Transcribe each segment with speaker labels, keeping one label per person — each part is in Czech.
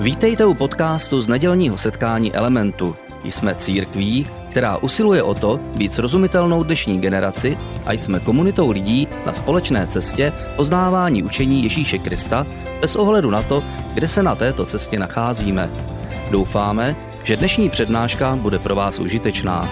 Speaker 1: Vítejte u podcastu z nedělního setkání Elementu. Jsme církví, která usiluje o to být srozumitelnou dnešní generaci a jsme komunitou lidí na společné cestě poznávání učení Ježíše Krista bez ohledu na to, kde se na této cestě nacházíme. Doufáme, že dnešní přednáška bude pro vás užitečná.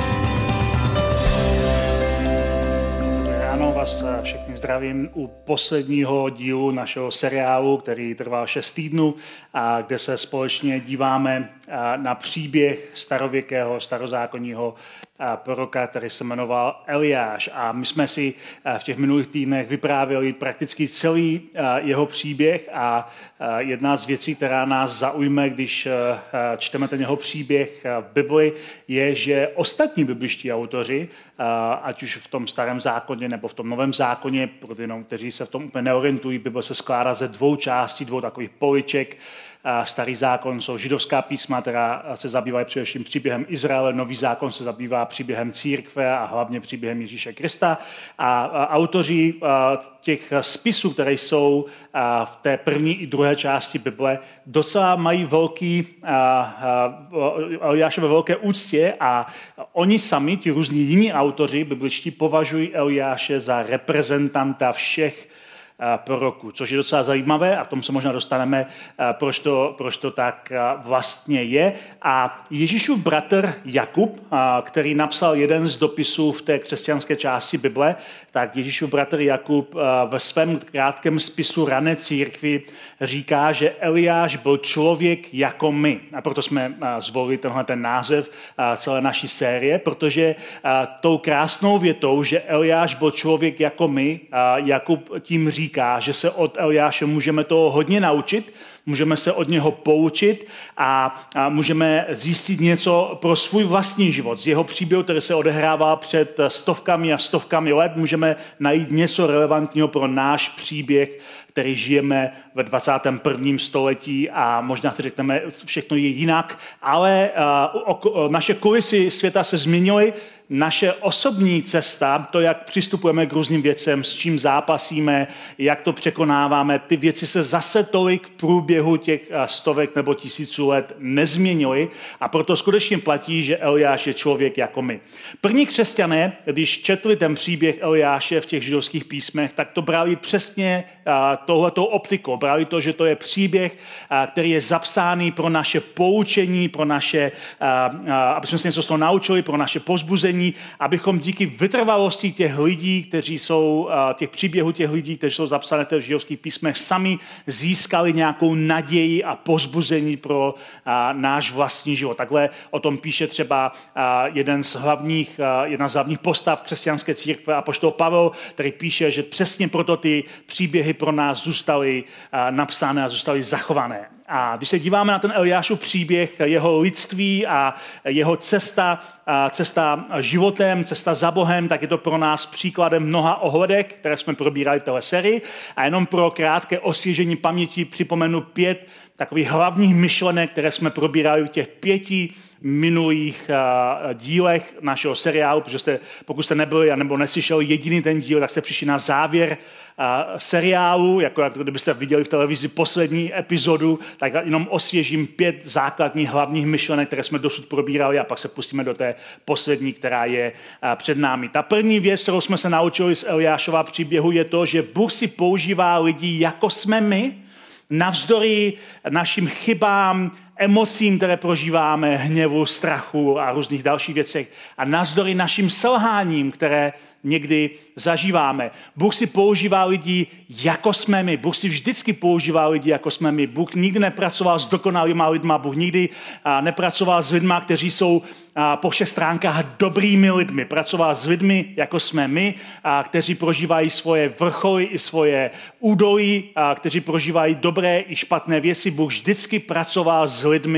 Speaker 2: Ráno vás všechny zdravím u posledního dílu našeho seriálu, který trval 6 týdnů, a kde se společně díváme na příběh starověkého, starozákonního proroka, který se jmenoval Eliáš. A my jsme si v těch minulých týdnech vyprávěli prakticky celý jeho příběh a jedna z věcí, která nás zaujme, když čteme ten jeho příběh v Bibli, je, že ostatní bibličtí autoři, ať už v tom starém zákoně nebo v tom novém zákoně, pro ty, kteří se v tom úplně neorientují, Bible se skládá ze 2 částí, 2 takových poliček. Starý zákon jsou židovská písma, která se zabývají především příběhem Izraele, nový zákon se zabývá příběhem církve a hlavně příběhem Ježíše Krista. A autoři těch spisů, které jsou v té první i druhé části Bible, docela mají Eliáše ve velké úctě a oni sami, ti různí jiní autoři bibličtí, považují Eliáše za reprezentanta všech proroků, což je docela zajímavé a k tomu se možná dostaneme, proč to tak vlastně je. A Ježíšův bratr Jakub, který napsal jeden z dopisů v té křesťanské části Bible, tak Ježíšův bratr Jakub ve svém krátkém spisu Rané církvi říká, že Eliáš byl člověk jako my. A proto jsme zvolili ten název celé naší série, protože tou krásnou větou, že Eliáš byl člověk jako my, Jakub tím říká, že se od Eliáše můžeme toho hodně naučit, můžeme se od něho poučit a můžeme zjistit něco pro svůj vlastní život. Z jeho příběhu, který se odehrával před stovkami a stovkami let, můžeme najít něco relevantního pro náš příběh, který žijeme ve 21. století a možná si řekneme, všechno je jinak, ale naše kulisy světa se změnily, naše osobní cesta, to, jak přistupujeme k různým věcem, s čím zápasíme, jak to překonáváme, ty věci se zase tolik v průběhu těch stovek nebo tisíců let nezměnily a proto skutečně platí, že Eliáš je člověk jako my. První křesťané, když četli ten příběh Eliáše v těch židovských písmech, tak to brali přesně touhletou optikou. Brali to, že to je příběh, který je zapsáný pro naše poučení, pro naše, aby jsme se něco z toho naučili, pro naše povzbuzení, abychom díky vytrvalosti těch lidí, kteří jsou, těch příběhů těch lidí, kteří jsou zapsané v těch židovských písmech, sami získali nějakou naději a povzbuzení pro náš vlastní život. Takhle o tom píše třeba jedna z hlavních postav křesťanské církve, apoštol Pavel, který píše, že přesně proto ty příběhy pro nás zůstaly napsané a zůstaly zachované. A když se díváme na ten Eliášův příběh, jeho lidství a jeho cesta životem, cesta za Bohem, tak je to pro nás příkladem mnoha ohledek, které jsme probírali v téhle sérii. A jenom pro krátké osvěžení paměti připomenu 5 takových hlavních myšlenek, které jsme probírali v těch 5 minulých dílech našeho seriálu, protože pokud jste nebyli nebo neslyšeli jediný ten díl, tak jste přišli na závěr seriálu, jako kdybyste viděli v televizi poslední epizodu, tak jenom osvěžím 5 základních hlavních myšlenek, které jsme dosud probírali a pak se pustíme do té poslední, která je před námi. Ta první věc, kterou jsme se naučili z Eliášova příběhu, je to, že Bůh si používá lidi, jako jsme my, navzdory našim chybám, emocím, které prožíváme, hněvu, strachu a různých dalších věcech a navzdory našim selháním, které někdy zažíváme. Bůh si používá lidi, jako jsme my. Bůh si vždycky používá lidi, jako jsme my. Bůh nikdy nepracoval s dokonalýma lidma. Bůh nikdy nepracoval s lidma, kteří jsou po všech stránkách dobrými lidmi. Pracoval s lidmi, jako jsme my, kteří prožívají svoje vrcholy i svoje údolí, kteří prožívají dobré i špatné věci. Bůh vždycky pracoval s lidmi,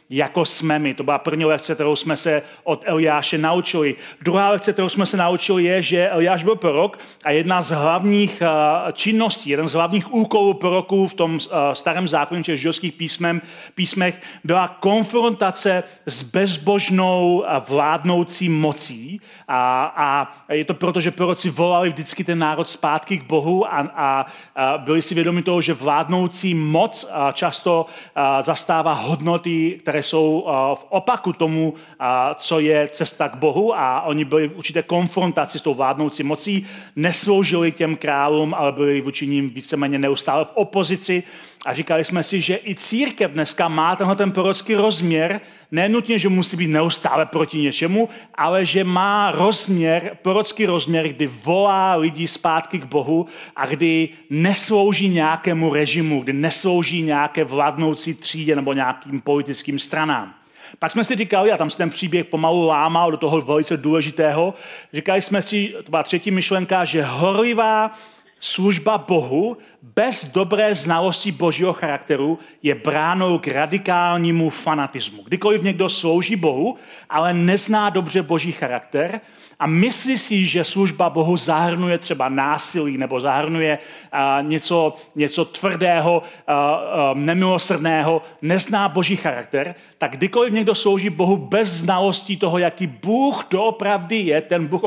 Speaker 2: jako jsme my. To byla první lekce, kterou jsme se od Eliáše naučili. Druhá lekce, kterou jsme se naučili, je, že Eliáš byl prorok a jedna z hlavních činností, jeden z hlavních úkolů proroků v tom starém zákoně, těch židovských písmech, byla konfrontace s bezbožnou vládnoucí mocí. A je to proto, že proroci volali vždycky ten národ zpátky k Bohu a byli si vědomi toho, že vládnoucí moc často zastává hodnoty, které jsou v opaku tomu, co je cesta k Bohu, a oni byli v určité konfrontaci s tou vládnoucí mocí, nesloužili těm králům, ale byli vůči nim víceméně neustále v opozici. A říkali jsme si, že i církev dneska má tenhle ten prorocký rozměr, nenutně, že musí být neustále proti něčemu, ale že má prorocký rozměr, kdy volá lidi zpátky k Bohu a kdy neslouží nějakému režimu, kdy neslouží nějaké vládnoucí třídě nebo nějakým politickým stranám. Pak jsme si říkali, a tam se ten příběh pomalu lámal do toho velice důležitého, říkali jsme si, to byla třetí myšlenka, že horlivá služba Bohu bez dobré znalosti Božího charakteru je bránou k radikálnímu fanatismu. Kdykoliv někdo slouží Bohu, ale nezná dobře Boží charakter a myslí si, že služba Bohu zahrnuje třeba násilí nebo zahrnuje něco tvrdého, nemilosrdného, nezná Boží charakter, tak kdykoliv někdo slouží Bohu bez znalostí toho, jaký Bůh doopravdy je, ten Bůh,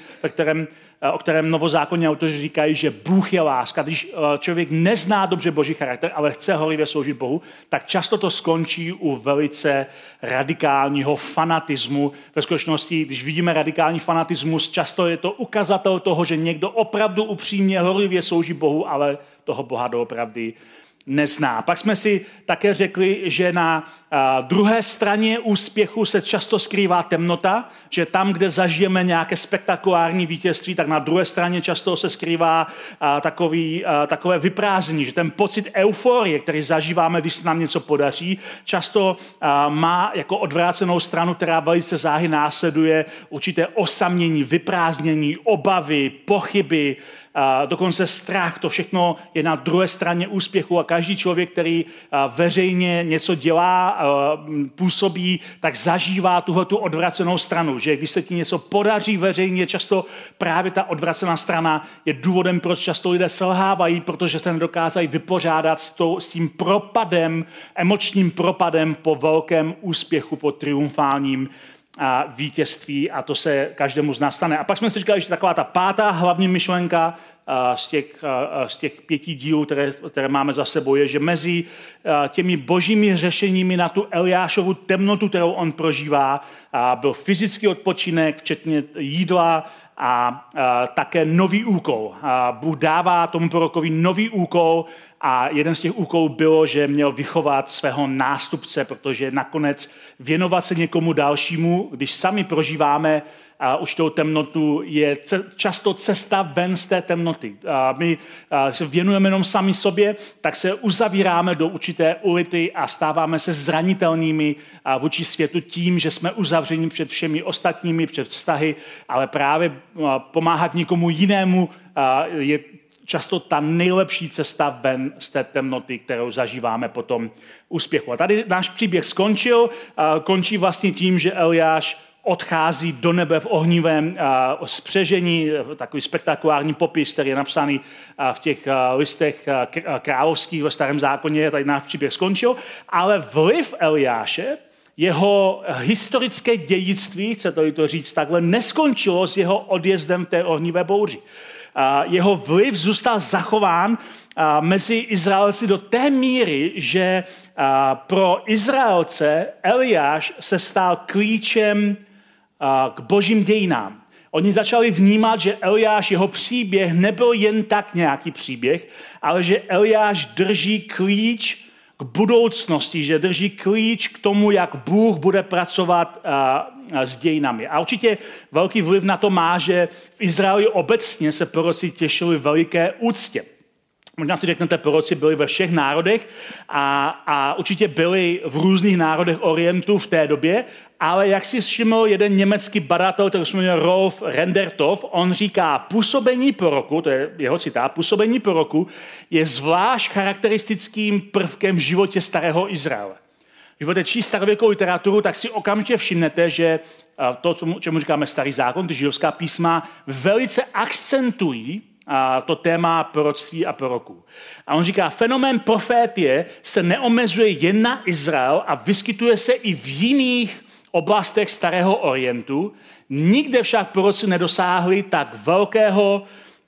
Speaker 2: o kterém novozákonní autoři říkají, že Bůh je láska. Když člověk nezná dobře Boží charakter, ale chce horlivě sloužit Bohu, tak často to skončí u velice radikálního fanatismu. Ve skutečnosti, když vidíme radikální fanatismus, často je to ukazatel toho, že někdo opravdu upřímně horlivě slouží Bohu, ale toho Boha doopravdy nezná. Pak jsme si také řekli, že na druhé straně úspěchu se často skrývá temnota, že tam, kde zažijeme nějaké spektakulární vítězství, tak na druhé straně často se skrývá takové vyprázdnění, že ten pocit euforie, který zažíváme, když se nám něco podaří, často má jako odvrácenou stranu, která velice záhy následuje určité osamění, vyprázdnění, obavy, pochyby, dokonce strach. To všechno je na druhé straně úspěchu a každý člověk, který veřejně něco dělá, působí, tak zažívá tuhletu odvracenou stranu, že když se ti něco podaří veřejně, často právě ta odvracená strana je důvodem, proč často lidé selhávají, protože se nedokázají vypořádat s tím propadem, emočním propadem po velkém úspěchu, po triumfálním vítězství, a to se každému z nás stane. A pak jsme si říkali, že taková ta pátá hlavní myšlenka z těch 5 dílů, které máme za sebou, je, že mezi těmi božími řešeními na tu Eliášovu temnotu, kterou on prožívá, byl fyzický odpočinek, včetně jídla, a také nový úkol. Bůh dává tomu prorokovi nový úkol a jeden z těch úkolů bylo, že měl vychovat svého nástupce, protože nakonec věnovat se někomu dalšímu, když sami prožíváme už tou temnotu, je často cesta ven z té temnoty. My se věnujeme jenom sami sobě, tak se uzavíráme do určité ulity a stáváme se zranitelnými vůči světu tím, že jsme uzavřeni před všemi ostatními, před vztahy, ale právě pomáhat někomu jinému je často ta nejlepší cesta ven z té temnoty, kterou zažíváme po tom úspěchu. A tady náš příběh končí vlastně tím, že Eliáš odchází do nebe v ohnivém spřežení, takový spektakulární popis, který je napsaný v těch listech královských ve Starém zákoně, tady náš příběh skončil, ale vliv Eliáše, jeho historické dědictví, chcete to říct takhle, neskončilo s jeho odjezdem v té ohnivé bouři. Jeho vliv zůstal zachován mezi Izraelci do té míry, že pro Izraelce Eliáš se stal klíčem k božím dějinám. Oni začali vnímat, že Eliáš, jeho příběh nebyl jen tak nějaký příběh, ale že Eliáš drží klíč k budoucnosti, že drží klíč k tomu, jak Bůh bude pracovat s dějinami. A určitě velký vliv na to má, že v Izraeli obecně se proroci těšili veliké úctě. Možná si řeknete, proroci byli ve všech národech a určitě byli v různých národech Orientu v té době, ale jak si všiml jeden německý badatel, který se jmenuje Rolf Rendertov, on říká, působení proroku, to je jeho citát, působení proroku je zvlášť charakteristickým prvkem v životě starého Izraele. Když budete číst starověkou literaturu, tak si okamžitě všimnete, že to, čemu říkáme Starý zákon, ty židovská písma, velice akcentují to téma proroctví a proroků. A on říká, fenomén profétie se neomezuje jen na Izrael a vyskytuje se i v jiných oblastech Starého orientu. Nikde však proroci nedosáhli tak velkého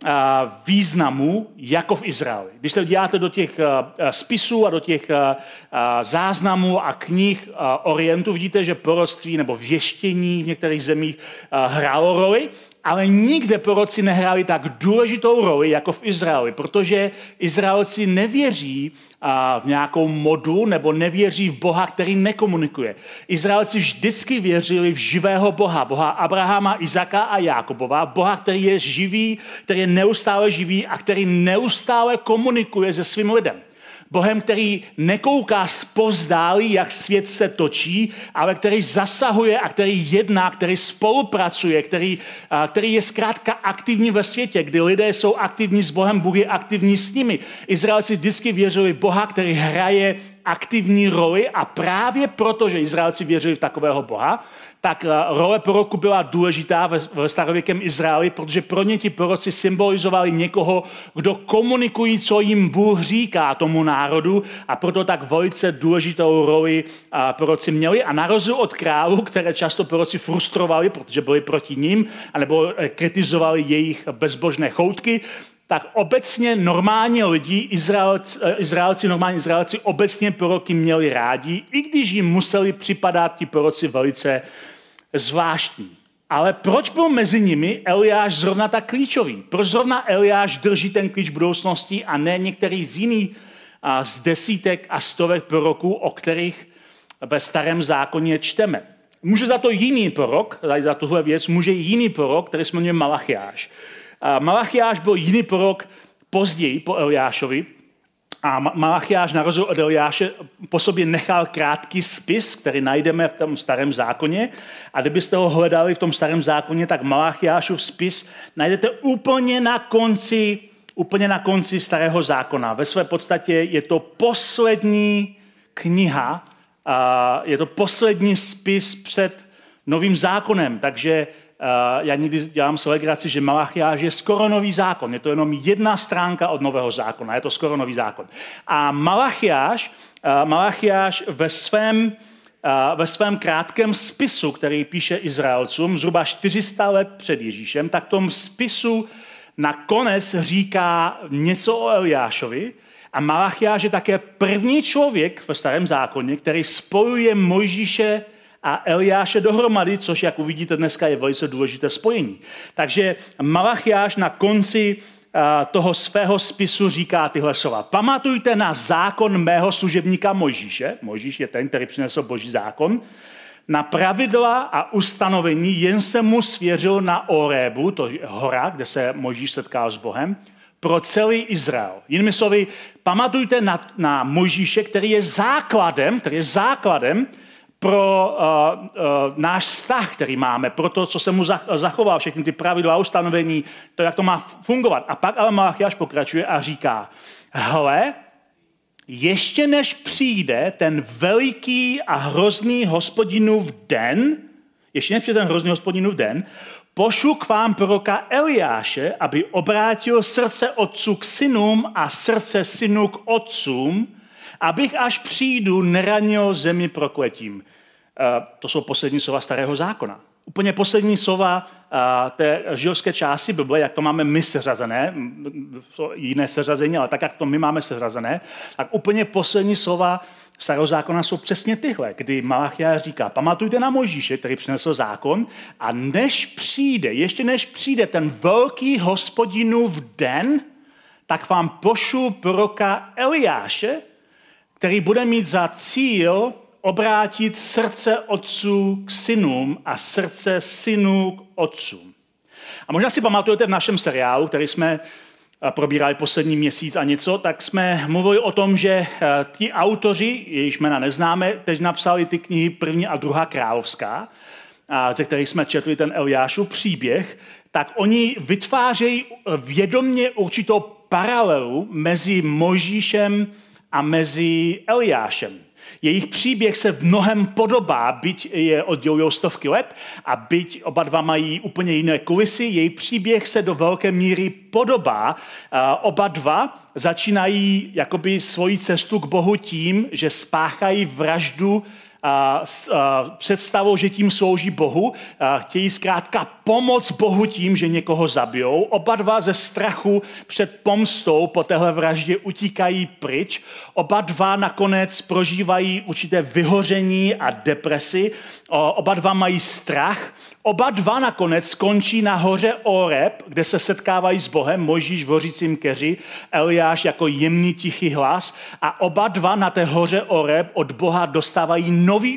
Speaker 2: významu jako v Izraeli. Když se díváte do těch spisů a do těch záznamů a knih orientu, vidíte, že proroctví nebo věštění v některých zemích hrálo roli, ale nikde proroci nehráli tak důležitou roli jako v Izraeli, protože Izraelci nevěří v nějakou modu nebo nevěří v Boha, který nekomunikuje. Izraelci vždycky věřili v živého Boha, Boha Abrahama, Izaka a Jákobova, Boha, který je živý, který je neustále živý a který neustále komunikuje se svým lidem. Bohem, který nekouká zpozdálí, jak svět se točí, ale který zasahuje a který jedná, který spolupracuje, který je zkrátka aktivní ve světě, kdy lidé jsou aktivní s Bohem, Bůh je aktivní s nimi. Izraelci vždycky věřili v Boha, který hraje aktivní roli a právě proto, že Izraelci věřili v takového Boha, tak role proroku byla důležitá ve starověkém Izraeli, protože pro ně ti proroci symbolizovali někoho, kdo komunikují, co jim Bůh říká tomu národu a proto tak velice důležitou roli proroci měli. A na rozdíl od králů, které často proroci frustrovali, protože byli proti ním, anebo kritizovali jejich bezbožné choutky, tak obecně normálně lidi, normální Izraelci obecně proroky měli rádi, i když jim museli připadat ti proroci velice zvláštní. Ale proč byl mezi nimi Eliáš zrovna tak klíčový? Proč zrovna Eliáš drží ten klíč budoucnosti a ne některý z jiných z desítek a stovek proroků, o kterých ve Starém zákoně čteme? Může za to jiný prorok, za tuhle věc, může jiný prorok, který se jmenuje Malachiáš. Malachiáš byl jiný prorok později po Eliášovi a Malachiáš na rozdíl od Eliáše po sobě nechal krátký spis, který najdeme v tom Starém zákoně a kdybyste ho hledali v tom Starém zákoně, tak Malachiášův spis najdete úplně na konci Starého zákona. Ve své podstatě je to poslední kniha, je to poslední spis před Novým zákonem, takže já někdy dělám si legraci, že Malachiáš je skoro nový zákon. Je to jenom jedna stránka od Nového zákona. Je to skoro nový zákon. A Malachiáš ve svém krátkém spisu, který píše Izraelcům zhruba 400 let před Ježíšem, tak v tom spisu nakonec říká něco o Eliášovi. A Malachiáš je také první člověk ve Starém zákoně, který spojuje Mojžíše a Eliáše dohromady, což, jak uvidíte dneska, je velice důležité spojení. Takže Malachiáš na konci toho svého spisu říká tyhle slova. Pamatujte na zákon mého služebníka Mojžíše. Mojžíš je ten, který přinesl Boží zákon. Na pravidla a ustanovení, jen se mu svěřil na Orébu, to je hora, kde se Mojžíš setkal s Bohem, pro celý Izrael. Jinými slovy, pamatujte na Mojžíše, který je základem pro náš vztah, který máme, pro to, co se mu zachoval, všechny ty pravidla, ustanovení, to, jak to má fungovat. A pak ale Malachiáš pokračuje a říká, hele, ještě než přijde ten veliký a hrozný Hospodinův den, pošlu k vám proroka Eliáše, aby obrátil srdce otců k synům a srdce synů k otcům, abych až přijdu neranil zemi prokletím. To jsou poslední slova Starého zákona. Úplně poslední slova té židovské části Bible, jak to máme my seřazené, jiné seřazení, ale tak, jak to my máme seřazené, tak úplně poslední slova Starého zákona jsou přesně tyhle, kdy Malachiáš říká, pamatujte na Mojžíše, který přinesl zákon a ještě než přijde ten velký Hospodinův den, tak vám pošlu proroka Eliáše, který bude mít za cíl obrátit srdce otců k synům a srdce synů k otcům. A možná si pamatujete v našem seriálu, který jsme probírali poslední měsíc a něco, tak jsme mluvili o tom, že ti autoři, jejichž jména neznáme, teď napsali ty knihy 1. a 2. královská, ze kterých jsme četli ten Eliášův příběh, tak oni vytvářejí vědomě určitou paralelu mezi Mojžíšem a mezi Eliášem. Jejich příběh se v mnohem podobá, byť je oddělují stovky let a byť oba dva mají úplně jiné kulisy, jejich příběh se do velké míry podobá. Oba dva začínají jakoby svoji cestu k Bohu tím, že spáchají vraždu představou, že tím slouží Bohu, chtějí zkrátka pomoct Bohu tím, že někoho zabijou. Oba dva ze strachu před pomstou po téhle vraždě utíkají pryč. Oba dva nakonec prožívají určité vyhoření a depresi. Oba dva mají strach. Oba dva nakonec skončí na hoře Oreb, kde se setkávají s Bohem, Mojžíš v hořícím keři, Eliáš jako jemný tichý hlas. A oba dva na té hoře Oreb od Boha dostávají nový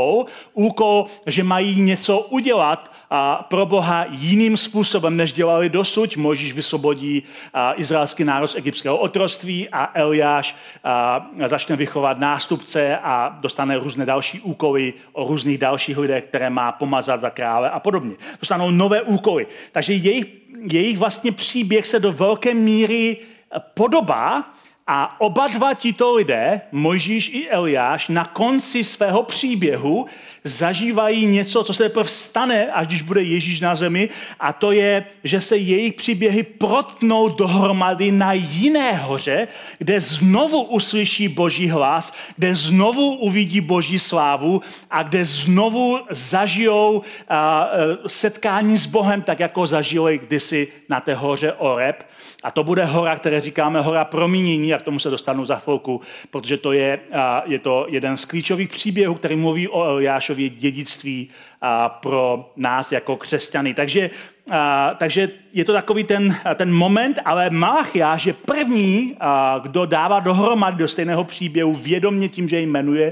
Speaker 2: úkol, že mají něco udělat pro Boha jiným způsobem, než dělali dosud. Mojžíš vysvobodí izraelský národ z egyptského otroctví a Eliáš začne vychovat nástupce a dostane různé další úkoly o různých dalších lidech, které má pomazat za krále a podobně. Dostanou nové úkoly. Takže jejich vlastně příběh se do velké míry podobá a oba dva tito lidé, Mojžíš i Eliáš, na konci svého příběhu zažívají něco, co se teprve stane, až když bude Ježíš na zemi, a to je, že se jejich příběhy protnou dohromady na jiné hoře, kde znovu uslyší Boží hlas, kde znovu uvidí Boží slávu a kde znovu zažijou setkání s Bohem, tak jako zažili kdysi na té hoře Oreb. A to bude hora, které říkáme hora proměnění, a k tomu se dostanu za chvilku, protože to je to jeden z klíčových příběhů, který mluví o Eliášově dědictví pro nás jako křesťany. Takže je to takový ten moment, ale Malachiáš je první, kdo dává dohromady do stejného příběhu vědomě tím, že jmenuje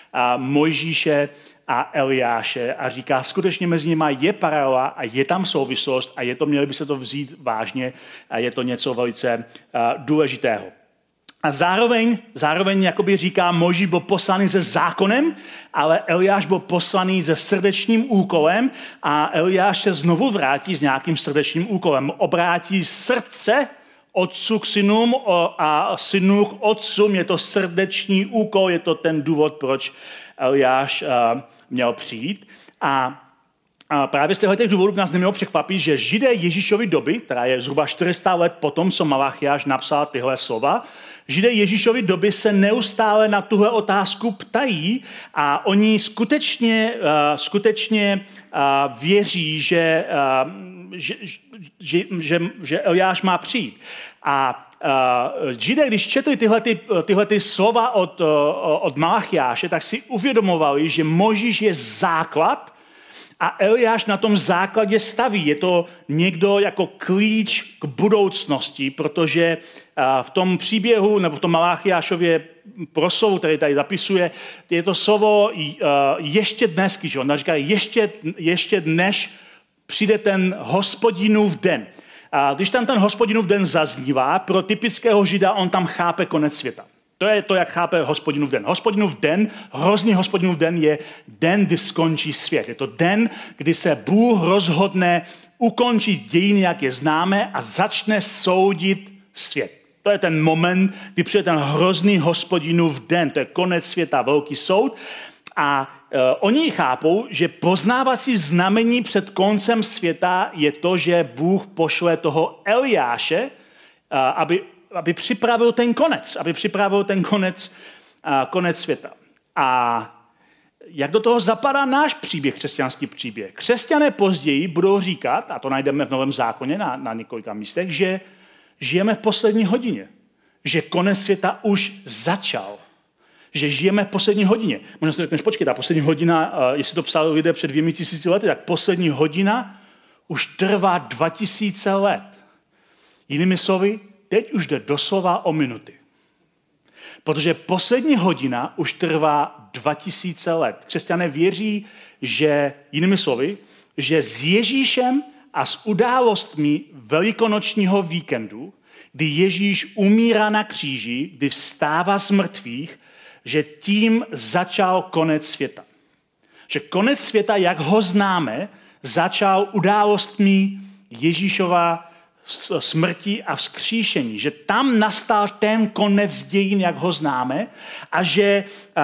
Speaker 2: Mojžíše a Eliáše a říká, skutečně mezi nimi je paralela a je tam souvislost a měli by se to vzít vážně a je to něco velice důležitého. A zároveň jakoby říká, Mojžíš byl poslaný se zákonem, ale Eliáš byl poslaný se srdečním úkolem a Eliáš se znovu vrátí s nějakým srdečním úkolem. Obrátí srdce otců k synům a synů k otcům. Je to srdeční úkol, je to ten důvod, proč Eliáš měl přijít. A právě z těchto důvodů nás nemělo překvapit, že Židé Ježíšovy doby, která je zhruba 400 let potom, co Malachiáš napsal tyhle slova, Židé Ježíšovy doby se neustále na tuhle otázku ptají a oni skutečně věří, že Eliáš má přijít. A Židé, když četli tyhle slova od Malachiáše, tak si uvědomovali, že Mojžíš je základ a Eliáš na tom základě staví. Je to někdo jako klíč k budoucnosti, protože v tom příběhu, nebo v tom Malachiášově proslovu, který tady zapisuje, je to slovo ještě dnesky, že on říká ještě dnes přijde ten Hospodinův den. A když tam ten Hospodinův den zaznívá, pro typického Žida on tam chápe konec světa. To je to, jak chápe Hospodinův den. Hrozný Hospodinův den je den, kdy skončí svět. Je to den, kdy se Bůh rozhodne ukončit dějiny, jak je známe, a začne soudit svět. To je ten moment, kdy přijde ten hrozný Hospodinův den. To je konec světa, velký soud. A oni chápou, že poznávací znamení před koncem světa je to, že Bůh pošle toho Eliáše, aby připravil ten konec světa. A jak do toho zapadá náš příběh, křesťanský příběh? Křesťané později budou říkat, a to najdeme v Novém zákoně na několika místech, že žijeme v poslední hodině, že konec světa už začal. Že žijeme v poslední hodině. Možná si řekneš, počkej, ta poslední hodina, jestli to psali lidé před 2000 lety, tak poslední hodina už trvá 2000 let. Jinými slovy, teď už jde doslova o minuty. Protože poslední hodina už trvá 2000 let. Křesťané věří, že, jinými slovy, že s Ježíšem a s událostmi velikonočního víkendu, kdy Ježíš umírá na kříži, kdy vstává z mrtvých, že tím začal konec světa. Že konec světa, jak ho známe, začal událostmi Ježíšova smrti a vzkříšení. Že tam nastal ten konec dějin, jak ho známe, a že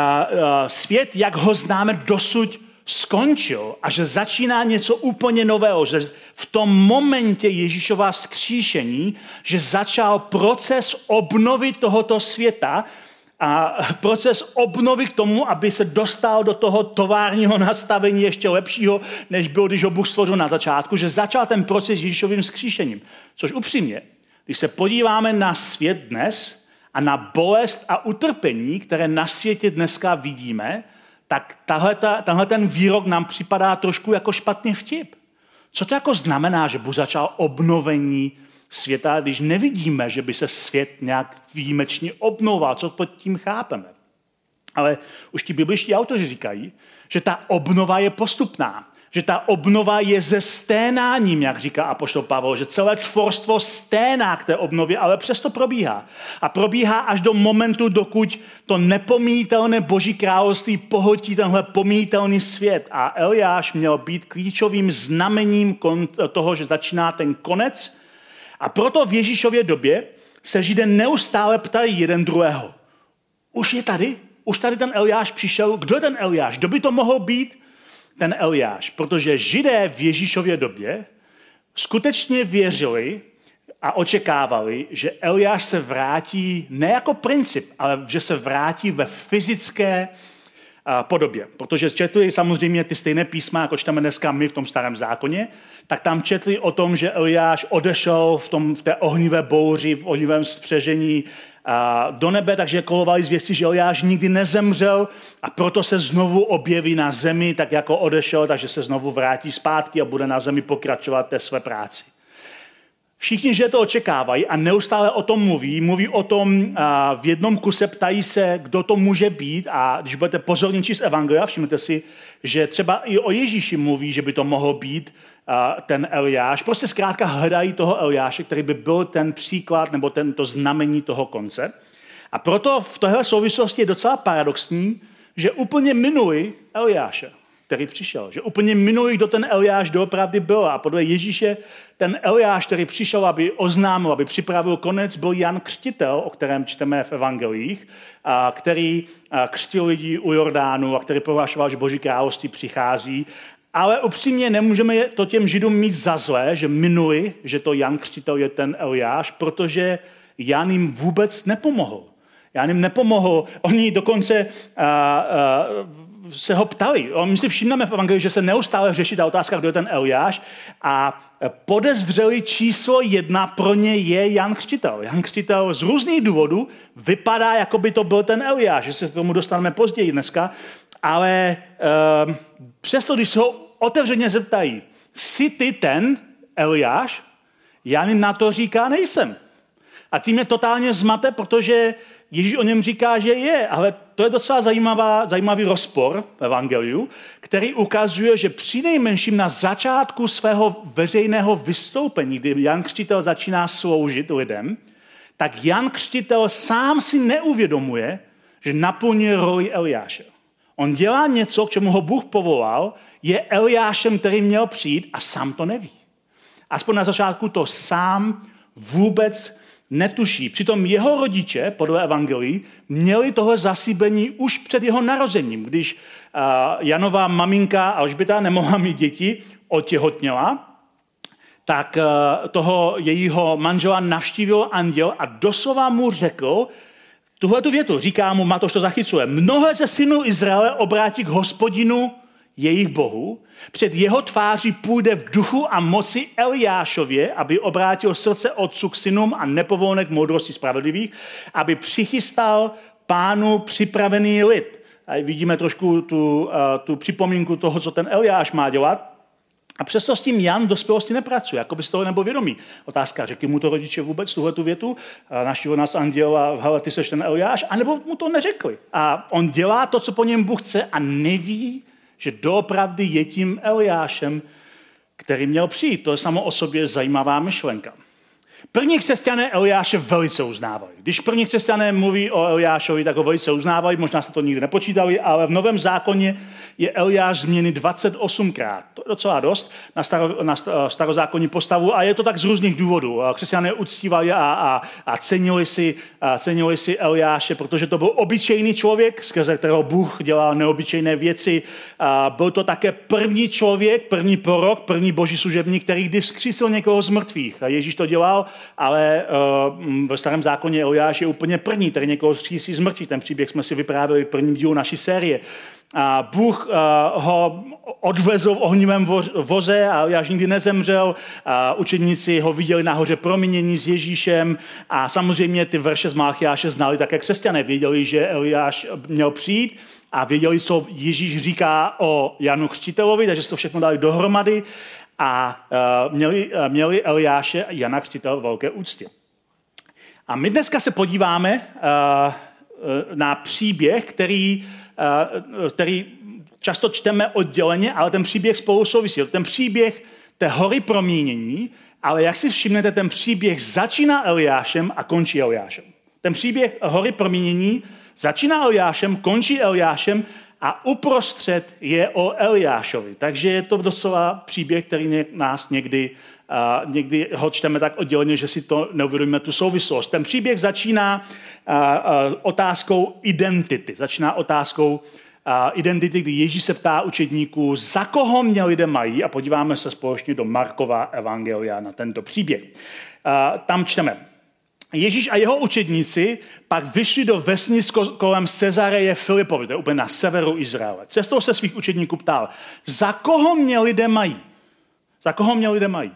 Speaker 2: svět, jak ho známe, dosud skončil a že začíná něco úplně nového, že v tom momentě Ježíšova vzkříšení, že začal proces obnovy tohoto světa a proces obnovy k tomu, aby se dostal do toho továrního nastavení ještě lepšího, než byl, když ho Bůh stvořil na začátku, že začal ten proces Ježíšovým vzkříšením. Což upřímně, když se podíváme na svět dnes a na bolest a utrpení, které na světě dneska vidíme, tak tenhle ten výrok nám připadá trošku jako špatný vtip. Co to jako znamená, že Bůh začal obnovení světa, když nevidíme, že by se svět nějak výjimečně obnoval? Co pod tím chápeme? Ale už ti bibličtí autoři říkají, že ta obnova je postupná, že ta obnova je ze sténáním, jak říká apoštol Pavel, že celé tvorstvo sténá k té obnově, ale přesto probíhá. A probíhá až do momentu, dokud to nepomítelné Boží království pohltí tenhle pomítelný svět. A Eliáš měl být klíčovým znamením toho, že začíná ten konec. A proto v Ježíšově době se Židé neustále ptají jeden druhého. Už je tady? Už tady ten Eliáš přišel? Kdo je ten Eliáš? Kdo by to mohl být? Ten Eliáš, protože Židé v Ježíšově době skutečně věřili a očekávali, že Eliáš se vrátí ne jako princip, ale že se vrátí ve fyzické podobě. Protože četli samozřejmě ty stejné písma, jako čteme dneska my v tom starém zákoně, tak tam četli o tom, že Eliáš odešel v té ohnivé bouři, v ohnivém spřežení do nebe, takže kolovali zvěsti, že Eliáš nikdy nezemřel a proto se znovu objeví na zemi, tak jako odešel, takže se znovu vrátí zpátky a bude na zemi pokračovat té své práci. Všichni, že to očekávají a neustále o tom mluví o tom v jednom kuse, ptají se, kdo to může být, a když budete pozorně číst evangelia, všimněte si, že třeba i o Ježíši mluví, že by to mohl být ten Eliáš. Prostě zkrátka hledají toho Eliáše, který by byl ten příklad nebo tento znamení toho konce. A proto v téhle souvislosti je docela paradoxní, že úplně minuli Eliáše, který přišel. Že úplně minulý, kdo ten Eliáš doopravdy byl. A podle Ježíše ten Eliáš, který přišel, aby oznámil, aby připravil konec, byl Jan Křtitel, o kterém čteme v evangelích, který křtil lidi u Jordánu a který prohlašoval, že Boží království přichází. Ale upřímně nemůžeme to těm Židům mít za zlé, že minuli, že to Jan Křtitel je ten Eliáš, protože Jan jim vůbec nepomohl. Jan jim nepomohl. Oni dokonce se ho ptali. My si všimneme v evangeliu, že se neustále řeší ta otázka, kdo je ten Eliáš, a podezřeli číslo 1 pro ně je Jan Křtitel. Jan Křtitel z různých důvodů vypadá, jako by to byl ten Eliáš, že se k tomu dostaneme později dneska, ale přesto, když se ho otevřeně zeptají, jsi ty ten Eliáš? Jan jim na to říká, nejsem. A tím je totálně zmate, protože Ježíš o něm říká, že je, ale to je docela zajímavý rozpor v evangeliu, který ukazuje, že přinejmenším na začátku svého veřejného vystoupení, kdy Jan Křtitel začíná sloužit lidem, tak Jan Křtitel sám si neuvědomuje, že naplňuje roli Eliáše. On dělá něco, k čemu ho Bůh povolal, je Eliášem, který měl přijít, a sám to neví. Aspoň na začátku to sám vůbec netuší. Přitom jeho rodiče, podle evangelií, měli tohle zaslíbení už před jeho narozením. Když Janova maminka Alžběta nemohla mít děti, otěhotněla, tak toho jejího manžela navštívil anděl a doslova mu řekl tuhletu větu. Říká mu, Matouš to zachycuje, mnohé ze synů Izraele obrátí k Hospodinu jejich Bohu, před jeho tváří půjde v duchu a moci Eliášově, aby obrátil srdce otců k synům a nepovolné k moudrosti spravedlivých, aby přichystal Pánu připravený lid. A vidíme trošku tu připomínku toho, co ten Eliáš má dělat. A přesto s tím Jan v dospělosti nepracuje, jako by z toho nebyl vědomý. Otázka, řekli mu to rodiče vůbec tuhletu větu, navštívil nás anděl a hele, ty seš ten Eliáš, anebo mu to neřekli. A on dělá to, co po něm Bůh chce, a neví, že doopravdy je tím Eliášem, který měl přijít. To je samo o sobě zajímavá myšlenka. První křesťané Eliáše velice uznávali. Když první křesťané mluví o Eliášovi, tak ho velice uznávali, možná se to nikdy nepočítali, ale v Novém zákoně je Eliáš změněný 28krát. To je docela dost na starozákonní postavu a je to tak z různých důvodů. Křesťané uctívali a cenili si Eliáše, protože to byl obyčejný člověk, skrze kterého Bůh dělal neobyčejné věci. Byl to také první člověk, první prorok, první boží služebník, který kdy vzkřísil někoho z mrtvých. Ježíš to dělal, ale ve starém zákoně Eliáš je úplně první, který někoho vzkřísí z mrtvých. Ten příběh jsme si vyprávěli v prvním dílu naší série. Bůh ho odvezl v ohnivém voze a Eliáš nikdy nezemřel. Učedníci ho viděli nahoře proměnění s Ježíšem a samozřejmě ty verše z Malchiáše znali také křesťané. Věděli, že Eliáš měl přijít a věděli, co Ježíš říká o Janu Křtitelovi, takže si to všechno dali dohromady a měli Eliáše a Jana Křtitele velké úctě. A my dneska se podíváme na příběh, který často čteme odděleně, ale ten příběh spolu souvisí. Ten příběh té hory proměnění, ale jak si všimnete, ten příběh začíná Eliášem a končí Eliášem. Ten příběh hory proměnění začíná Eliášem, končí Eliášem a uprostřed je o Eliášovi. Takže je to docela příběh, který nás někdy ho čteme tak odděleně, že si to neuvědomíme tu souvislost. Ten příběh začíná otázkou identity. Začíná otázkou identity, kdy Ježíš se ptá učedníků, za koho mě lidé mají, a podíváme se společně do Markova evangelia na tento příběh. Tam čteme. Ježíš a jeho učedníci pak vyšli do vesnic kolem Cezareje Filipovi, to je úplně na severu Izraele. Cestou se svých učedníků ptal, za koho mě lidé mají? Za koho mě lidé mají?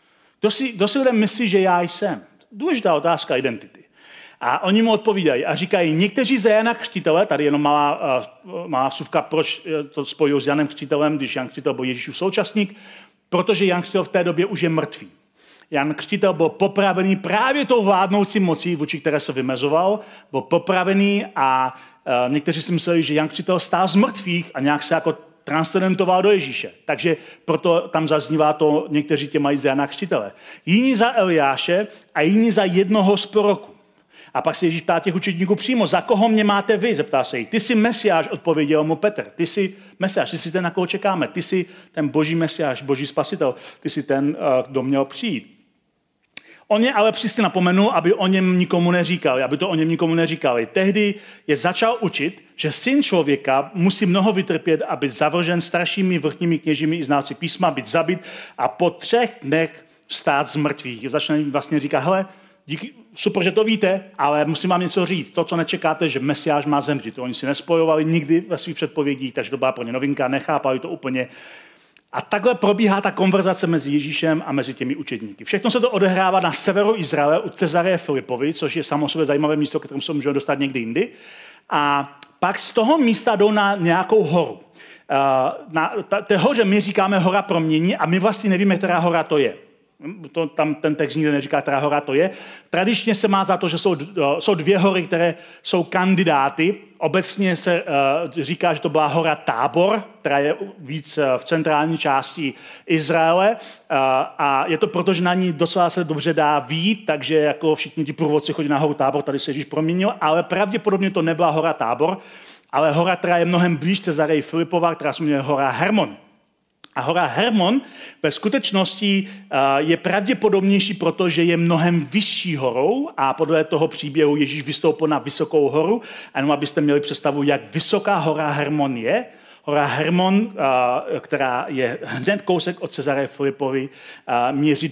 Speaker 2: Kdo si lidé myslí, že já jsem? Důležitá otázka identity. A oni mu odpovídají a říkají, někteří za Jana Křtitele, tady jenom malá vsuvka, proč to spojují s Janem Křtitelem, když Jan Křtitel byl Ježíšův současník, protože Jan Křtitel v té době už je mrtvý. Jan Křtitel byl popravený právě tou vládnoucí mocí, vůči které se vymezoval, byl popravený a někteří si mysleli, že Jan Křtitel stál z mrtvých a nějak se jako transcendentoval do Ježíše. Takže proto tam zaznívá to, někteří tě mají za Jana Křtitele. Jiní za Eliáše a jiní za jednoho z proroků. A pak se Ježíš ptá těch učedníků přímo, za koho mě máte vy? Zeptá se jich. Ty jsi Mesiáš, odpověděl mu Petr. Ty jsi Mesiáš, ty jsi ten, na koho čekáme. Ty jsi ten boží Mesiáš, boží spasitel. Ty jsi ten, kdo měl přijít. On je ale přesně napomenul, aby to o něm nikomu neříkali. Tehdy je začal učit, že syn člověka musí mnoho vytrpět a být zavržen staršími vrchními kněžími i znalci písma, být zabit a po 3 dnech vstát z mrtvých. Začne vlastně říkat, hele, díky, super, že to víte, ale musím vám něco říct. To, co nečekáte, že Mesiáš má zemřít. To oni si nespojovali nikdy ve svých předpovědích, takže to byla pro ně novinka, nechápali to úplně. A takhle probíhá ta konverzace mezi Ježíšem a mezi těmi učedníky. Všechno se to odehrává na severu Izraele u Cezareje Filipovi, což je samozřejmě zajímavé místo, kterému se můžeme dostat někdy jindy. A pak z toho místa jdou na nějakou horu. Na té hoře my říkáme hora proměnění a my vlastně nevíme, která hora to je. Tam ten text nikdy neříká, která hora to je. Tradičně se má za to, že jsou 2 hory, které jsou kandidáty. Obecně se říká, že to byla hora Tábor, která je víc v centrální části Izraele. A je to proto, že na ní docela se dobře dá vyjít, takže jako všichni ti průvodci chodí na horu Tábor, tady se Ježíš proměnil, ale pravděpodobně to nebyla hora Tábor, ale hora, která je mnohem blíž Cezareji Filipova, která se jmenuje hora Hermon. A hora Hermon ve skutečnosti je pravděpodobnější, protože je mnohem vyšší horou a podle toho příběhu Ježíš vystoupil na vysokou horu. A jenom abyste měli představu, jak vysoká hora Hermon je. Hora Hermon, která je hned kousek od Cezareje Filipovi, měří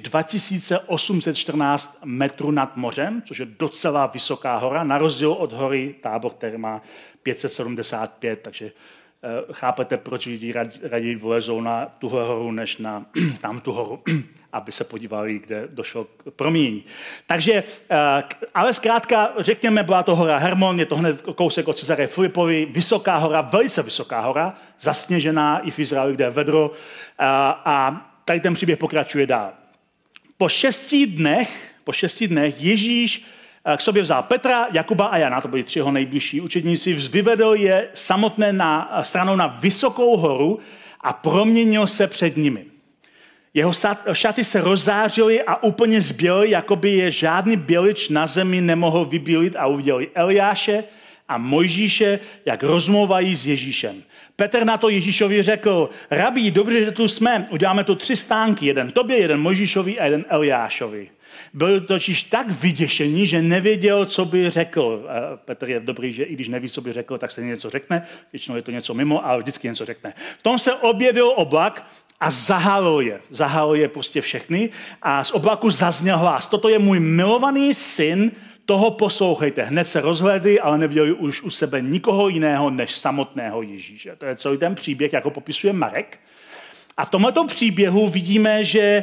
Speaker 2: 2814 metrů nad mořem, což je docela vysoká hora, na rozdíl od hory Tábor, který má 575, takže chápete, proč lidi raději vlezou na tuhle horu, než na tamtu horu, aby se podívali, kde došlo k proměnění. Takže, ale zkrátka, řekněme, byla to hora Hermon, je to hned kousek od Cezareje Filipovi, vysoká hora, velice vysoká hora, zasněžená i v Izraeli, kde je vedro. A tady ten příběh pokračuje dál. Po 6 dnech Ježíš k sobě vzal Petra, Jakuba a Jana, to byli 3 jeho nejbližší učedníci, vyvedl je samotné stranou na vysokou horu a proměnil se před nimi. Jeho šaty se rozzářily a úplně zběly, jako by je žádný bělič na zemi nemohl vybílit, a uviděli Eliáše a Mojžíše, jak rozmluvají s Ježíšem. Petr na to Ježíšovi řekl: Rabí, dobře, že tu jsme, uděláme tu 3 stánky, jeden tobě, jeden Mojžíšovi a jeden Eliášovi. Byl totiž tak vyděšený, že nevěděl, co by řekl. Petr je dobrý, že i když neví, co by řekl, tak se něco řekne. Většinou je to něco mimo, ale vždycky něco řekne. V tom se objevil oblak a zahalil je prostě všechny a z oblaku zazněl hlas: Toto je můj milovaný syn, toho poslouchejte. Hned se rozhlédli, ale neviděli už u sebe nikoho jiného než samotného Ježíše. To je celý ten příběh, jako popisuje Marek. A v tomto příběhu vidíme,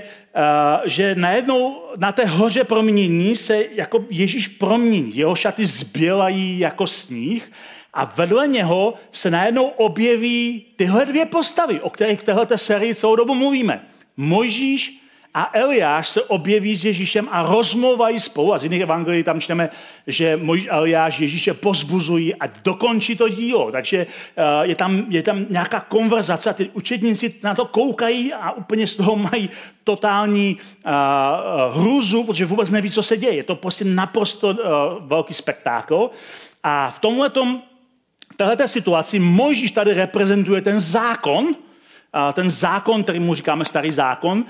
Speaker 2: že najednou na té hoře proměnění se jako Ježíš promění. Jeho šaty zbělají jako sníh a vedle něho se najednou objeví tyhle 2 postavy, o kterých v téhleté sérii celou dobu mluvíme. Mojžíš a Eliáš se objeví s Ježíšem a rozmluvají spolu. A z jiných evangelií tam čteme, že Mojžíš a Eliáš Ježíše povzbuzují a dokončí to dílo. Takže je tam nějaká konverzace a ty učedníci na to koukají a úplně z toho mají totální hrůzu, protože vůbec neví, co se děje. Je to prostě naprosto velký spektákl. A v této situaci Mojžíš tady reprezentuje ten zákon, který mu říkáme Starý zákon,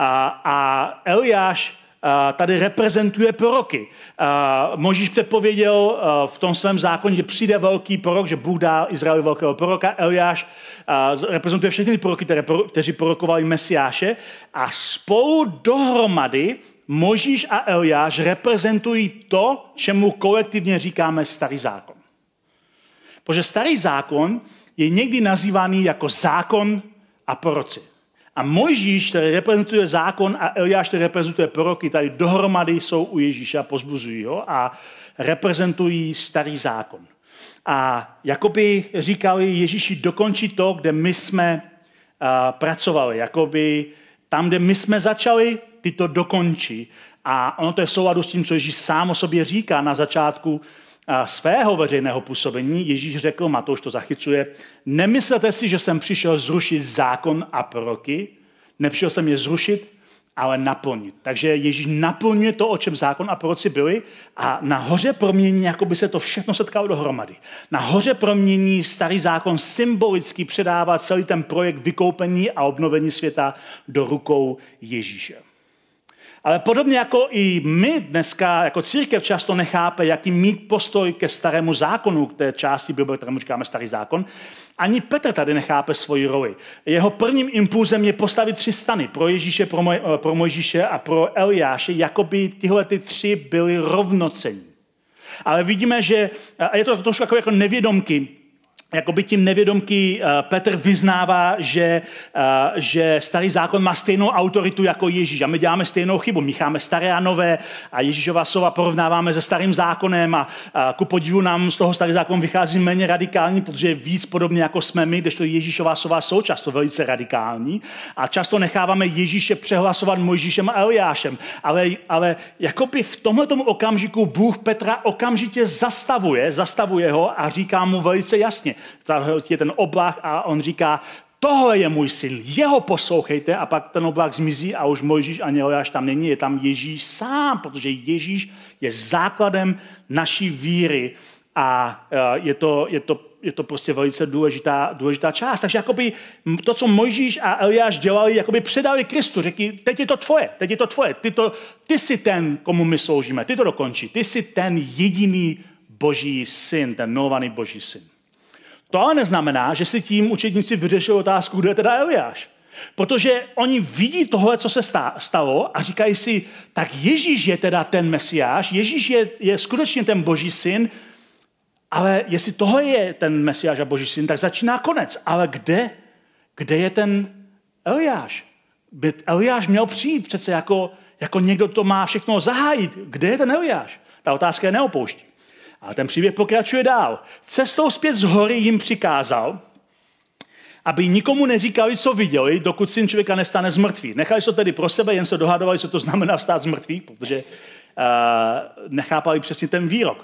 Speaker 2: a Eliáš tady reprezentuje proroky. Mojžíš předpověděl v tom svém zákoně, že přijde velký prorok, že Bůh dá Izraeli velkého proroka. Eliáš reprezentuje všechny proroky, kteří prorokovali Mesiáše. A spolu dohromady Mojžíš a Eliáš reprezentují to, čemu kolektivně říkáme Starý zákon. Protože Starý zákon je někdy nazývaný jako zákon a proroci. A Mojžíš, který reprezentuje zákon, a Eliáš, který reprezentuje proroky, tady dohromady jsou u Ježíše a pozbuzují ho a reprezentují Starý zákon. A jakoby říkali Ježíši, dokončí to, kde my jsme pracovali. Jakoby tam, kde my jsme začali, ty to dokončí. A ono to je v souladu s tím, co Ježíš sám o sobě říká na začátku svého veřejného působení. Ježíš řekl, Matouš to zachycuje: Nemyslete si, že jsem přišel zrušit zákon a proroky, nepřišel jsem je zrušit, ale naplnit. Takže Ježíš naplňuje to, o čem zákon a proroci byli, a na hoře promění, jako by se to všechno setkalo dohromady. Na hoře promění Starý zákon symbolicky předává celý ten projekt vykoupení a obnovení světa do rukou Ježíše. Ale podobně jako i my dneska, jako církev, často nechápe, jaký mít postoj ke Starému zákonu, k té části Bible, kterému říkáme Starý zákon, ani Petr tady nechápe svoji roli. Jeho prvním impulzem je postavit 3 stany pro Ježíše, pro Mojžíše a pro Eliáše, jako by tyhle 3 byly rovnocenní. Ale vidíme, že a je to trošku jako nevědomky, jakoby tím nevědomky Petr vyznává, že Starý zákon má stejnou autoritu jako Ježíš. A my děláme stejnou chybu. Mícháme staré a nové a Ježíšova slova porovnáváme se Starým zákonem a ku podivu nám z toho Starý zákon vychází méně radikální, protože je víc podobně jako jsme my, kdežto Ježíšova slova jsou často velice radikální a často necháváme Ježíše přehlasovat Mojžíšem a Eliášem. Ale jakoby v tomhletom okamžiku Bůh Petra okamžitě zastavuje ho a říká mu velice jasně. Je ten oblak a on říká, tohle je můj syn, jeho poslouchejte, a pak ten oblak zmizí a už Mojžíš a Eliáš tam není, je tam Ježíš sám, protože Ježíš je základem naší víry a je to prostě velice důležitá část. Takže jakoby to, co Mojžíš a Eliáš dělali, jakoby předali Kristu, řekli, teď je to tvoje, ty jsi ten, komu my sloužíme, ty to dokončí, ty jsi ten jediný Boží syn, ten milovaný Boží syn. To ale neznamená, že si tím učedníci vyřešili otázku, kdo je teda Eliáš. Protože oni vidí tohle, co se stalo a říkají si, tak Ježíš je teda ten Mesiáš, Ježíš je skutečně ten Boží syn, ale jestli tohle je ten Mesiáš a Boží syn, tak začíná konec. Ale kde je ten Eliáš? By Eliáš měl přijít přece jako někdo, to má všechno zahájit. Kde je ten Eliáš? Ta otázka je neopouští. A ten příběh pokračuje dál. Cestou zpět z hory jim přikázal, aby nikomu neříkali, co viděli, dokud syn člověka nestane z mrtvých. Nechali se to tedy pro sebe, jen se dohadovali, co to znamená vstát z mrtvých, protože nechápali přesně ten výrok.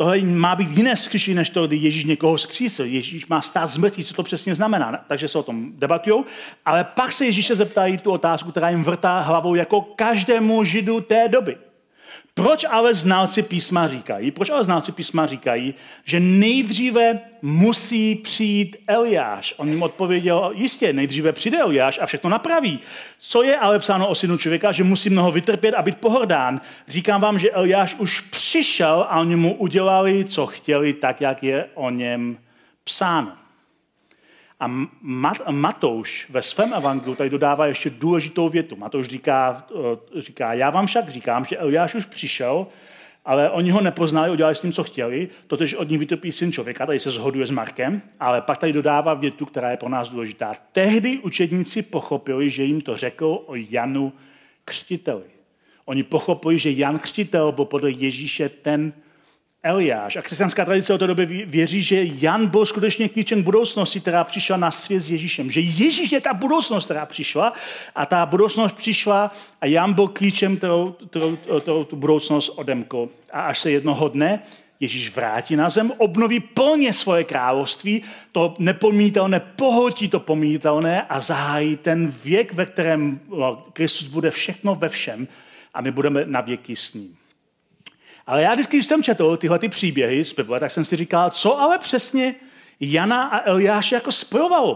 Speaker 2: tohle má být jiné vzkříšení, než to, kdy Ježíš někoho vzkřísil. Ježíš má stát z mrtvých, co to přesně znamená. Takže se o tom debatujou. Ale pak se Ježíše zeptají tu otázku, která jim vrtá hlavou jako každému Židu té doby. Proč ale znalci písma říkají, že nejdříve musí přijít Eliáš? On jim odpověděl, jistě, nejdříve přijde Eliáš a všechno napraví. Co je ale psáno o synu člověka, že musí mnoho vytrpět a být pohrdán? Říkám vám, že Eliáš už přišel a oni mu udělali, co chtěli, tak, jak je o něm psáno. A Matouš ve svém evangeliu tady dodává ještě důležitou větu. Matouš říká, já vám však říkám, že Eliáš už přišel, ale oni ho nepoznali, udělali s ním, co chtěli, totež od nich vytrpí syn člověka, tady se shoduje s Markem, ale pak tady dodává větu, která je pro nás důležitá. Tehdy učedníci pochopili, že jim to řekl o Janu Křtiteli. Oni pochopili, že Jan Křtitel byl podle Ježíše ten Eliáš. A křesťanská tradice od té doby věří, že Jan byl skutečně klíčem budoucnosti, která přišla na svět s Ježíšem. Že Ježíš je ta budoucnost, která přišla a ta budoucnost přišla a Jan byl klíčem, kterou tu budoucnost odemkl. A až se jednoho dne Ježíš vrátí na zem, obnoví plně svoje království, to nepomítelné pohltí to pomítelné a zahájí ten věk, ve kterém Kristus bude všechno ve všem a my budeme na věky s ním. Ale já vždycky, když jsem četl tyhle příběhy z Bible, tak jsem si říkal, co ale přesně Jana a Eliáše jako spojovalo?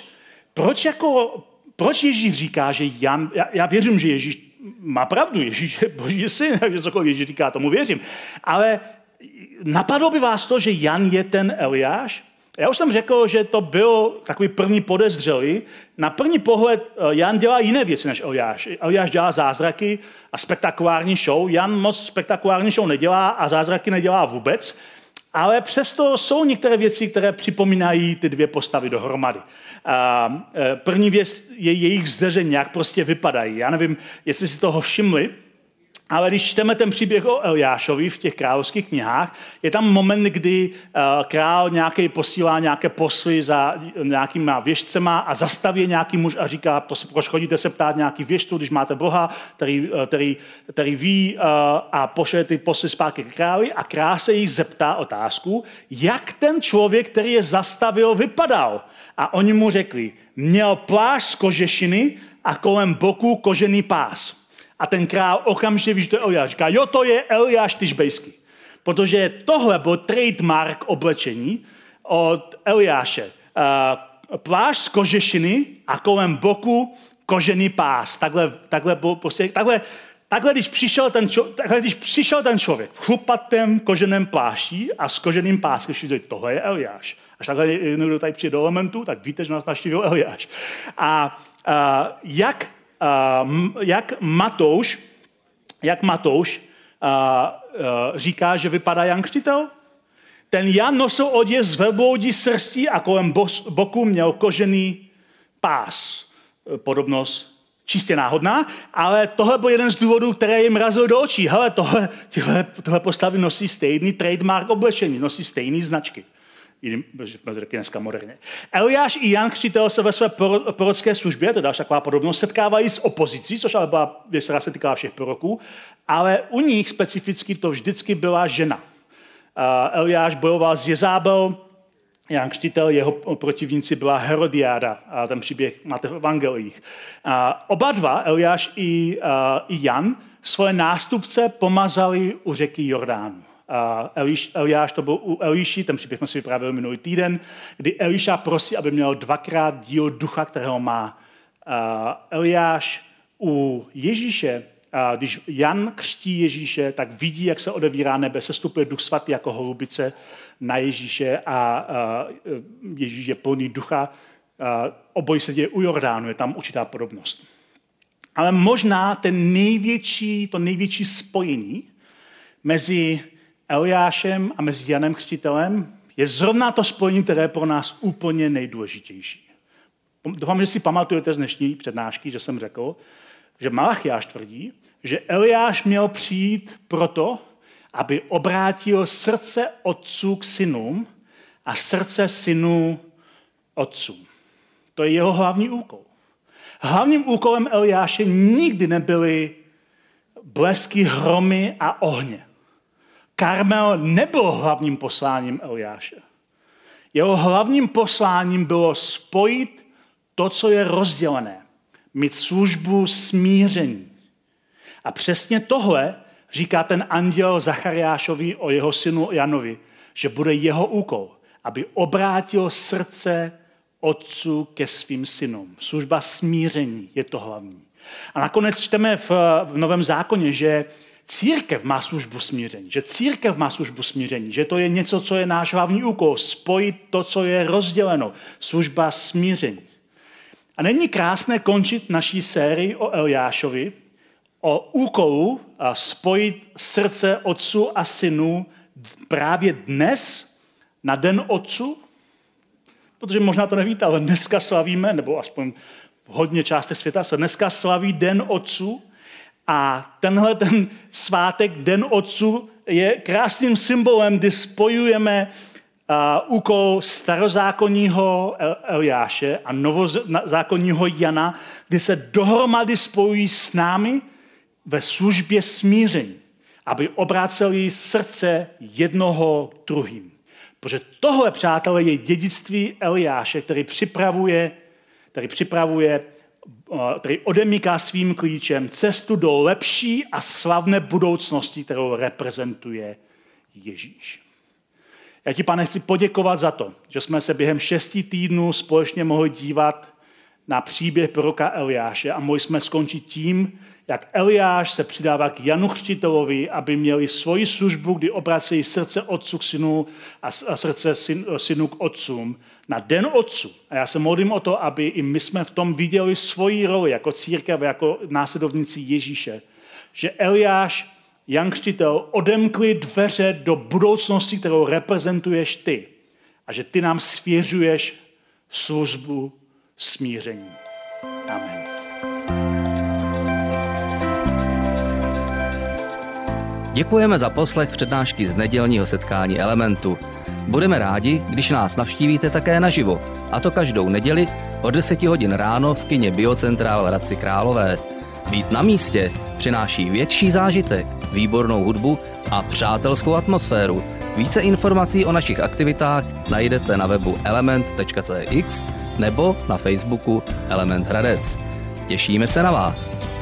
Speaker 2: Proč Ježíš říká, že Jan... Já věřím, že Ježíš má pravdu, Ježíš je Boží syn, takže cokoliv Ježíš říká, tomu věřím. Ale napadlo by vás to, že Jan je ten Eliáš? Já už jsem řekl, že to byl takový první podezřelý. Na první pohled Jan dělá jiné věci než Eliáš. Eliáš dělá zázraky a spektakulární show. Jan moc spektakulární show nedělá a zázraky nedělá vůbec. Ale přesto jsou některé věci, které připomínají ty dvě postavy dohromady. První věc je jejich zdeření, jak prostě vypadají. Já nevím, jestli si toho všimli, ale když čteme ten příběh o Eliášovi v těch královských knihách, je tam moment, kdy král posílá nějaké posly za nějakýma věštcema a zastaví nějaký muž a říká, proč chodíte se ptát nějaký věštů, když máte Boha, který ví a pošle ty posly zpátky k králi a král se jich zeptá otázku, jak ten člověk, který je zastavil, vypadal. A oni mu řekli, měl plášť z kožešiny a kolem boku kožený pás. A ten král okamžitě ví, že to je Eliáš. Říká, jo, to je Eliáš Tišbejský. Protože tohle byl trademark oblečení od Eliáše. Plášť z kožešiny a kolem boku kožený pás. Takhle, když přišel ten člověk v chlupatém koženém plášti a s koženým páskem, tohle je Eliáš. Až takhle někdo tady přijde do Elementu, tak víte, že nás navštívil Eliáš. A jak Matouš říká, že vypadá Jan Křtitel? Ten Jan nosil oděv z velbloudí srstí a kolem boku měl kožený pás. Podobnost čistě náhodná, ale tohle byl jeden z důvodů, které jim razil do očí. Hele, tohle postavy nosí stejný trademark oblečení, nosí stejný značky. Jsme řekli dneska moderně. Eliáš i Jan Křtitel se ve své prorocké službě, to je další taková podobnost, setkávají s opozicí, což ale byla věc, která se týkala všech proroků, ale u nich specificky to vždycky byla žena. Eliáš bojoval s Jezábel, Jan Křtitel, jeho protivníci byla Herodiáda, a ten příběh máte v evangeliích. Oba dva, Eliáš i Jan, svoje nástupce pomazali u řeky Jordánu. Eliáš, to byl u Eliši, ten příběh jsme si vyprávěli minulý týden, kdy Eliša prosí, aby měl dvakrát díl ducha, kterého má Eliáš. U Ježíše, když Jan křtí Ježíše, tak vidí, jak se odevírá nebe, sestupuje duch svatý jako holubice na Ježíše a Ježíš je plný ducha. Obojí se děje u Jordánu, je tam určitá podobnost. Ale možná to největší spojení mezi Eliášem a mezi Janem Křtitelem je zrovna to spojení, které je pro nás úplně nejdůležitější. Doufám, že si pamatujete z dnešní přednášky, že jsem řekl, že Malachiáš tvrdí, že Eliáš měl přijít proto, aby obrátil srdce otců k synům a srdce synů otcům. To je jeho hlavní úkol. Hlavním úkolem Eliáše nikdy nebyly blesky, hromy a ohně. Karmel nebyl hlavním posláním Eliáše. Jeho hlavním posláním bylo spojit to, co je rozdělené. Mít službu smíření. A přesně tohle říká ten anděl Zachariášovi o jeho synu Janovi, že bude jeho úkol, aby obrátil srdce otců ke svým synům. Služba smíření je to hlavní. A nakonec čteme v Novém zákoně, že církev má službu smíření, že to je něco, co je náš hlavní úkol, spojit to, co je rozděleno, služba smíření. A není krásné končit naší sérii o Eliášovi, o úkolu spojit srdce otců a synů právě dnes na Den otců? Protože možná to nevíte, ale dneska slavíme, nebo aspoň v hodně částech světa se dneska slaví Den otců a tenhle ten svátek Den otců je krásným symbolem, kdy spojujeme úkol starozákonního Eliáše a novozákonního Jana, kdy se dohromady spojují s námi ve službě smíření, aby obráceli srdce jednoho druhým. Protože tohle, přátelé, je dědictví Eliáše, který odemyká svým klíčem cestu do lepší a slavné budoucnosti, kterou reprezentuje Ježíš. Já ti, Pane, chci poděkovat za to, že jsme se během 6 týdnů společně mohli dívat na příběh proroka Eliáše a mohli jsme skončit tím, jak Eliáš se přidává k Janu Křtitelovi, aby měli svoji službu, kdy obracejí srdce otců k synu a srdce synů k otcům na Den otců. A já se modlím o to, aby i my jsme v tom viděli svoji roli jako církev, jako následovníci Ježíše. Že Eliáš, Jan Křtitel odemkli dveře do budoucnosti, kterou reprezentuješ ty. A že ty nám svěřuješ službu smíření. Amen.
Speaker 1: Děkujeme za poslech přednášky z nedělního setkání Elementu. Budeme rádi, když nás navštívíte také naživo, a to každou neděli od 10 hodin ráno v kině Biocentrál v Hradci Králové. Být na místě přináší větší zážitek, výbornou hudbu a přátelskou atmosféru. Více informací o našich aktivitách najdete na webu element.cx nebo na Facebooku Element Hradec. Těšíme se na vás.